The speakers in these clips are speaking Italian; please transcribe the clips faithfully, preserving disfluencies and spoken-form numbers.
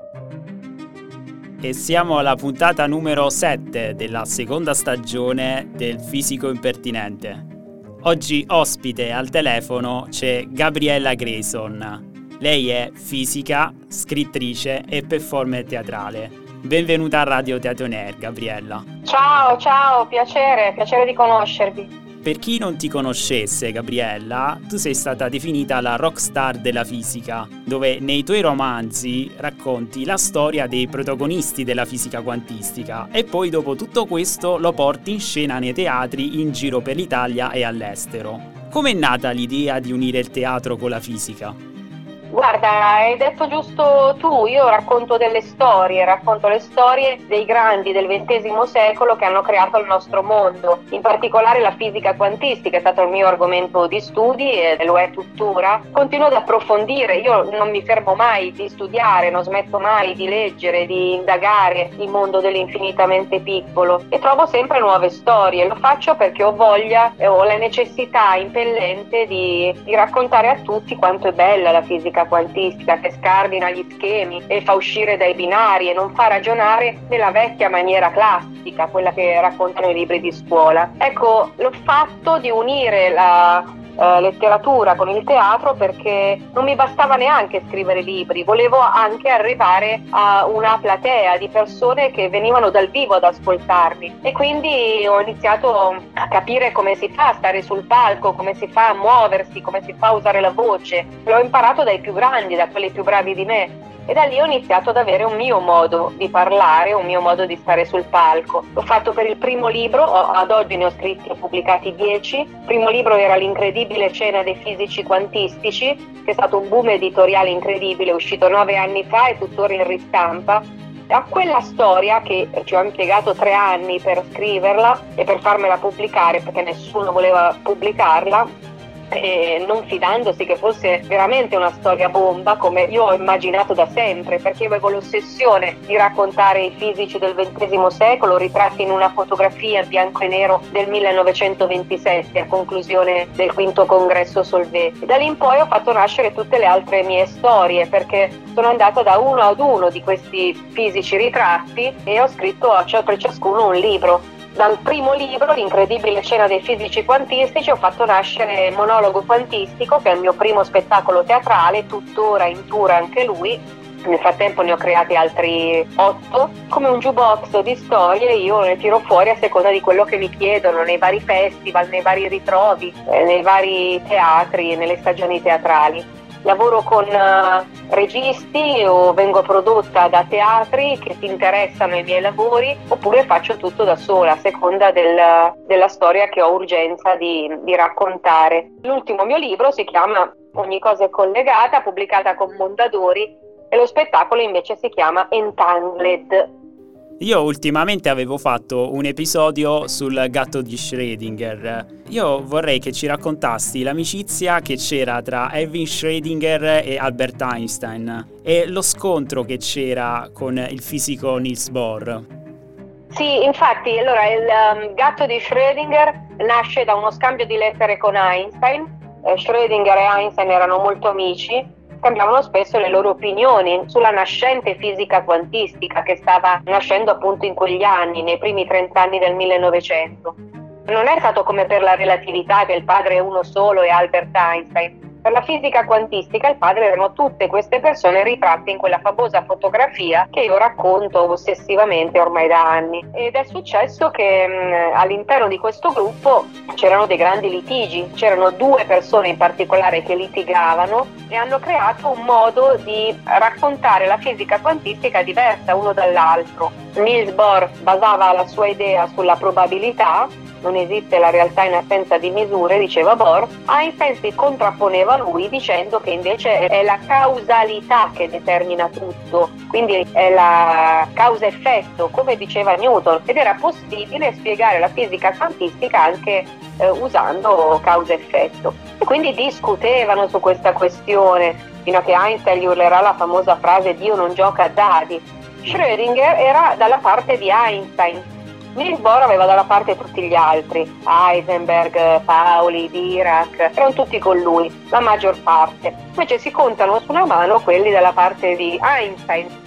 E siamo alla puntata numero sette della seconda stagione del Fisico Impertinente. Oggi ospite al telefono c'è Gabriella Grayson. Lei è fisica, scrittrice e performer teatrale. Benvenuta a Radio Teatro On Air, Gabriella. Ciao, ciao, piacere, piacere di conoscervi. Per chi non ti conoscesse, Gabriella, tu sei stata definita la rockstar della fisica, dove nei tuoi romanzi racconti la storia dei protagonisti della fisica quantistica e poi dopo tutto questo lo porti in scena nei teatri in giro per l'Italia e all'estero. Com'è nata l'idea di unire il teatro con la fisica? Guarda, hai detto giusto tu, io racconto delle storie, racconto le storie dei grandi del ventesimo secolo che hanno creato il nostro mondo, in particolare la fisica quantistica è stato il mio argomento di studi e lo è tuttora. Continuo ad approfondire, io non mi fermo mai di studiare, non smetto mai di leggere, di indagare il mondo dell'infinitamente piccolo e trovo sempre nuove storie. Lo faccio perché ho voglia e ho la necessità impellente di, di raccontare a tutti quanto è bella la fisica quantistica, che scardina gli schemi e fa uscire dai binari e non fa ragionare nella vecchia maniera classica, quella che raccontano i libri di scuola. Ecco, l'ho fatto di unire la eh, letteratura con il teatro perché non mi bastava neanche scrivere libri, volevo anche arrivare a una platea di persone che venivano dal vivo ad ascoltarmi e quindi ho iniziato a capire come si fa a stare sul palco, come si fa a muoversi, come si fa a usare la voce. L'ho imparato dai più grandi, da quelli più bravi di me. E da lì ho iniziato ad avere un mio modo di parlare, un mio modo di stare sul palco. L'ho fatto per il primo libro, ad oggi ne ho scritti e pubblicati dieci. Il primo libro era L'incredibile scena dei fisici quantistici, che è stato un boom editoriale incredibile, è uscito nove anni fa e tuttora in ristampa. A quella storia, che ci ho impiegato tre anni per scriverla e per farmela pubblicare, perché nessuno voleva pubblicarla, e non fidandosi che fosse veramente una storia bomba come io ho immaginato da sempre, perché io avevo l'ossessione di raccontare i fisici del ventesimo secolo ritratti in una fotografia bianco e nero del millenovecentoventisette a conclusione del quinto congresso Solvay. E da lì in poi ho fatto nascere tutte le altre mie storie, perché sono andata da uno ad uno di questi fisici ritratti e ho scritto per ciascuno un libro. Dal primo libro, L'incredibile scena dei fisici quantistici, ho fatto nascere Monologo quantistico, che è il mio primo spettacolo teatrale, tuttora in tour anche lui. Nel frattempo ne ho creati altri otto. Come un jukebox di storie io ne tiro fuori a seconda di quello che mi chiedono nei vari festival, nei vari ritrovi, eh, nei vari teatri, nelle stagioni teatrali. Lavoro con uh, registi o vengo prodotta da teatri che si interessano ai miei lavori oppure faccio tutto da sola a seconda del, della storia che ho urgenza di, di raccontare. L'ultimo mio libro si chiama Ogni cosa è collegata, pubblicata con Mondadori, e lo spettacolo invece si chiama Entangled. Io ultimamente avevo fatto un episodio sul gatto di Schrödinger. Io vorrei che ci raccontassi l'amicizia che c'era tra Erwin Schrödinger e Albert Einstein e lo scontro che c'era con il fisico Niels Bohr. Sì, infatti, allora il um, gatto di Schrödinger nasce da uno scambio di lettere con Einstein. Eh, Schrödinger e Einstein erano molto amici. Scambiavano spesso le loro opinioni sulla nascente fisica quantistica che stava nascendo appunto in quegli anni, nei primi trent'anni del millenovecento. Non è stato come per la relatività, che il padre è uno solo e Albert Einstein. Per la fisica quantistica il padre erano tutte queste persone ritratte in quella famosa fotografia che io racconto ossessivamente ormai da anni. Ed è successo che mh, all'interno di questo gruppo c'erano dei grandi litigi, c'erano due persone in particolare che litigavano e hanno creato un modo di raccontare la fisica quantistica diversa uno dall'altro. Niels Bohr basava la sua idea sulla probabilità, non esiste la realtà in assenza di misure, diceva Bohr. Einstein si contrapponeva a lui dicendo che invece è la causalità che determina tutto, quindi è la causa-effetto, come diceva Newton, ed era possibile spiegare la fisica quantistica anche eh, usando causa-effetto. E quindi discutevano su questa questione, fino a che Einstein gli urlerà la famosa frase «Dio non gioca a dadi». Schrödinger era dalla parte di Einstein. Niels Bohr aveva dalla parte tutti gli altri, Heisenberg, Pauli, Dirac, erano tutti con lui, la maggior parte. Invece si contano su una mano quelli dalla parte di Einstein.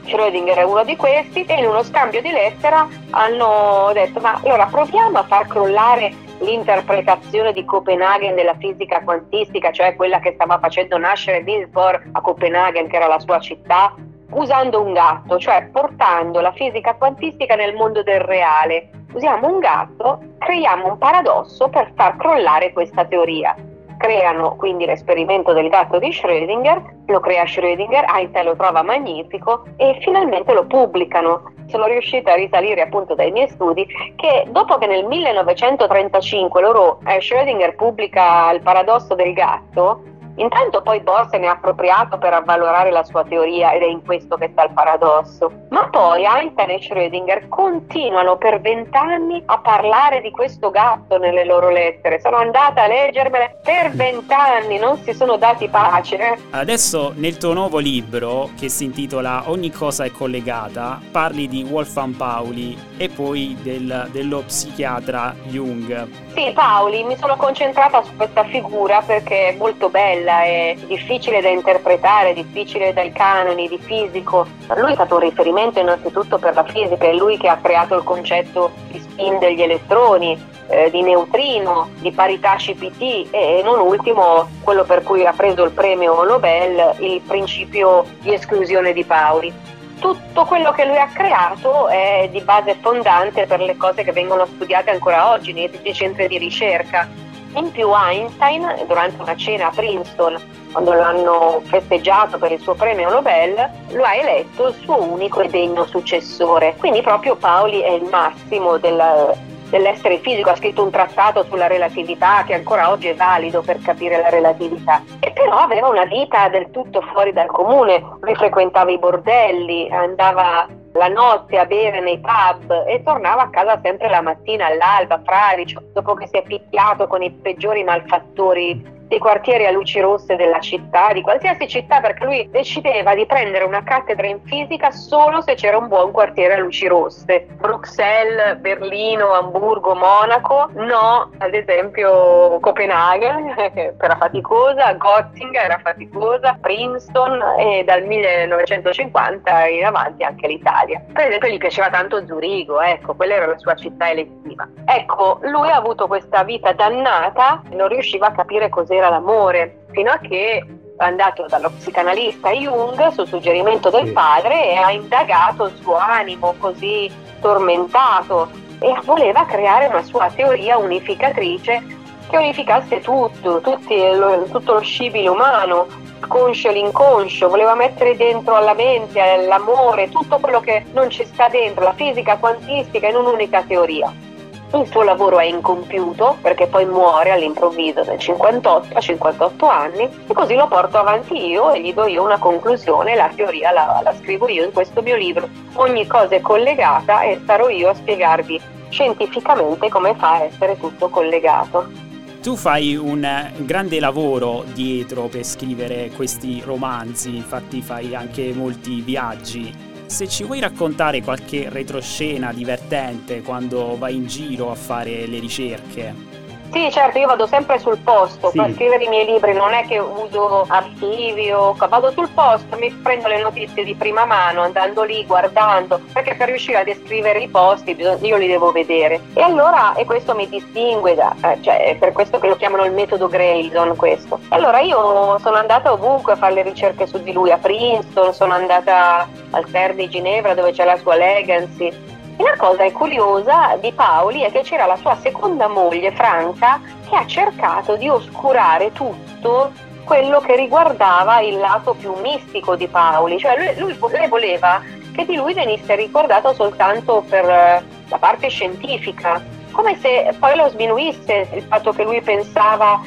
Schrödinger è uno di questi, e in uno scambio di lettera hanno detto: ma allora proviamo a far crollare l'interpretazione di Copenaghen della fisica quantistica, cioè quella che stava facendo nascere Niels Bohr a Copenaghen, che era la sua città, usando un gatto, cioè portando la fisica quantistica nel mondo del reale. Usiamo un gatto, creiamo un paradosso per far crollare questa teoria. Creano quindi l'esperimento del gatto di Schrödinger, lo crea Schrödinger, Einstein lo trova magnifico e finalmente lo pubblicano. Sono riuscita a risalire appunto dai miei studi che dopo che nel millenovecentotrentacinque loro, eh, Schrödinger pubblica il paradosso del gatto, intanto poi Bohr se ne è appropriato per avvalorare la sua teoria, ed è in questo che sta il paradosso. Ma poi Einstein e Schrödinger continuano per vent'anni a parlare di questo gatto nelle loro lettere. Sono andata a leggermele per vent'anni, non si sono dati pace. Adesso nel tuo nuovo libro, che si intitola Ogni cosa è collegata, parli di Wolfgang Pauli e poi del, dello psichiatra Jung. Sì, Pauli, mi sono concentrata su questa figura perché è molto bella, è difficile da interpretare, difficile dai canoni di fisico. Lui è stato un riferimento innanzitutto per la fisica, è lui che ha creato il concetto di spin degli elettroni, eh, di neutrino, di parità C P T e non ultimo quello per cui ha preso il premio Nobel, il principio di esclusione di Pauli. Tutto quello che lui ha creato è di base fondante per le cose che vengono studiate ancora oggi nei centri di ricerca. In più Einstein, durante una cena a Princeton, quando lo hanno festeggiato per il suo premio Nobel, lo ha eletto il suo unico e degno successore. Quindi proprio Pauli è il massimo del, dell'essere fisico, ha scritto un trattato sulla relatività che ancora oggi è valido per capire la relatività. E però aveva una vita del tutto fuori dal comune, lui frequentava i bordelli, andava la notte a bere nei pub e tornava a casa sempre la mattina all'alba, fradicio, dopo che si è picchiato con i peggiori malfattori dei quartieri a luci rosse della città, di qualsiasi città, perché lui decideva di prendere una cattedra in fisica solo se c'era un buon quartiere a luci rosse. Bruxelles, Berlino, Amburgo, Monaco, no, ad esempio Copenaghen, che era faticosa, Göttingen era faticosa, Princeton e dal millenovecentocinquanta in avanti anche l'Italia. Per esempio gli piaceva tanto Zurigo, ecco, quella era la sua città elettiva. Ecco, lui ha avuto questa vita dannata, non riusciva a capire cos'era l'amore, fino a che è andato dallo psicanalista Jung su suggerimento del padre e ha indagato il suo animo così tormentato e voleva creare una sua teoria unificatrice che unificasse tutto, tutti, lo, tutto lo scibile umano, il conscio e l'inconscio, voleva mettere dentro alla mente, l'amore, tutto quello che non ci sta dentro, la fisica quantistica in un'unica teoria. Il suo lavoro è incompiuto perché poi muore all'improvviso nel cinquantotto, a cinquantotto anni, e così lo porto avanti io e gli do io una conclusione, la teoria la, la scrivo io in questo mio libro. Ogni cosa è collegata e sarò io a spiegarvi scientificamente come fa a essere tutto collegato. Tu fai un grande lavoro dietro per scrivere questi romanzi, infatti fai anche molti viaggi. Se ci vuoi raccontare qualche retroscena divertente quando vai in giro a fare le ricerche. Sì, certo, io vado sempre sul posto, sì. Per scrivere i miei libri non è che uso archivi o vado sul posto, mi prendo le notizie di prima mano andando lì, guardando, perché per riuscire a descrivere i posti io li devo vedere. E allora, e questo mi distingue, da, eh, cioè è per questo che lo chiamano il metodo Grayson questo. E allora io sono andata ovunque a fare le ricerche su di lui, a Princeton, sono andata al C E R di Ginevra dove c'è la sua Legacy. E la cosa è curiosa di Pauli è che c'era la sua seconda moglie, Franca, che ha cercato di oscurare tutto quello che riguardava il lato più mistico di Pauli. Cioè lui, lui, lei voleva che di lui venisse ricordato soltanto per la parte scientifica, come se poi lo sminuisse il fatto che lui pensava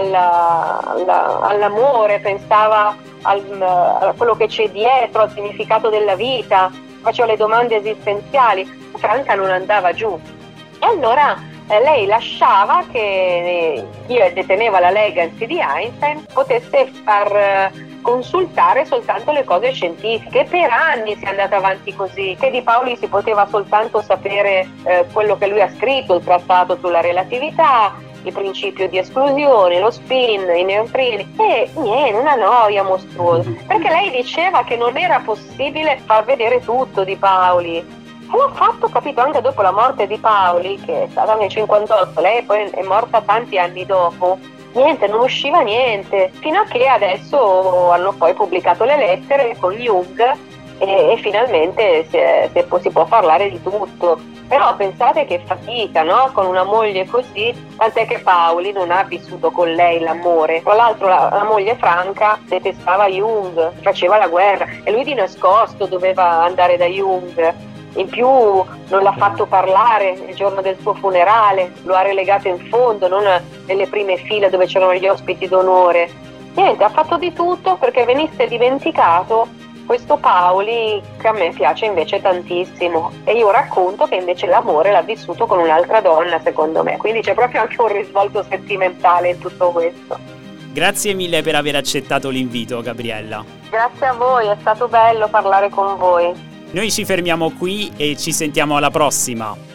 alla, alla, all'amore, pensava al, a quello che c'è dietro, al significato della vita, faceva le domande esistenziali. Franca non andava giù e allora eh, lei lasciava che chi deteneva la legacy di Einstein potesse far eh, consultare soltanto le cose scientifiche. Per anni si è andata avanti così, che di Pauli si poteva soltanto sapere eh, quello che lui ha scritto, il trattato sulla relatività, il principio di esclusione, lo spin, i neutrini e niente, una noia mostruosa, perché lei diceva che non era possibile far vedere tutto di Paoli. E l'ha fatto, capito, anche dopo la morte di Paoli, che è stata nel cinquantotto, lei poi è morta tanti anni dopo. Niente, non usciva niente, fino a che adesso hanno poi pubblicato le lettere con Jung e, e finalmente si, è, si può parlare di tutto. Però pensate che fatica, no? Con una moglie così, tant'è che Paoli non ha vissuto con lei l'amore. Tra l'altro la, la moglie Franca detestava Jung, faceva la guerra e lui di nascosto doveva andare da Jung. In più non l'ha fatto parlare il giorno del suo funerale, lo ha relegato in fondo, non nelle prime file dove c'erano gli ospiti d'onore. Niente, ha fatto di tutto perché venisse dimenticato questo Paoli, che a me piace invece tantissimo, e io racconto che invece l'amore l'ha vissuto con un'altra donna, secondo me, quindi c'è proprio anche un risvolto sentimentale in tutto questo. Grazie mille per aver accettato l'invito, Gabriella. Grazie a voi, è stato bello parlare con voi. Noi ci fermiamo qui e ci sentiamo alla prossima.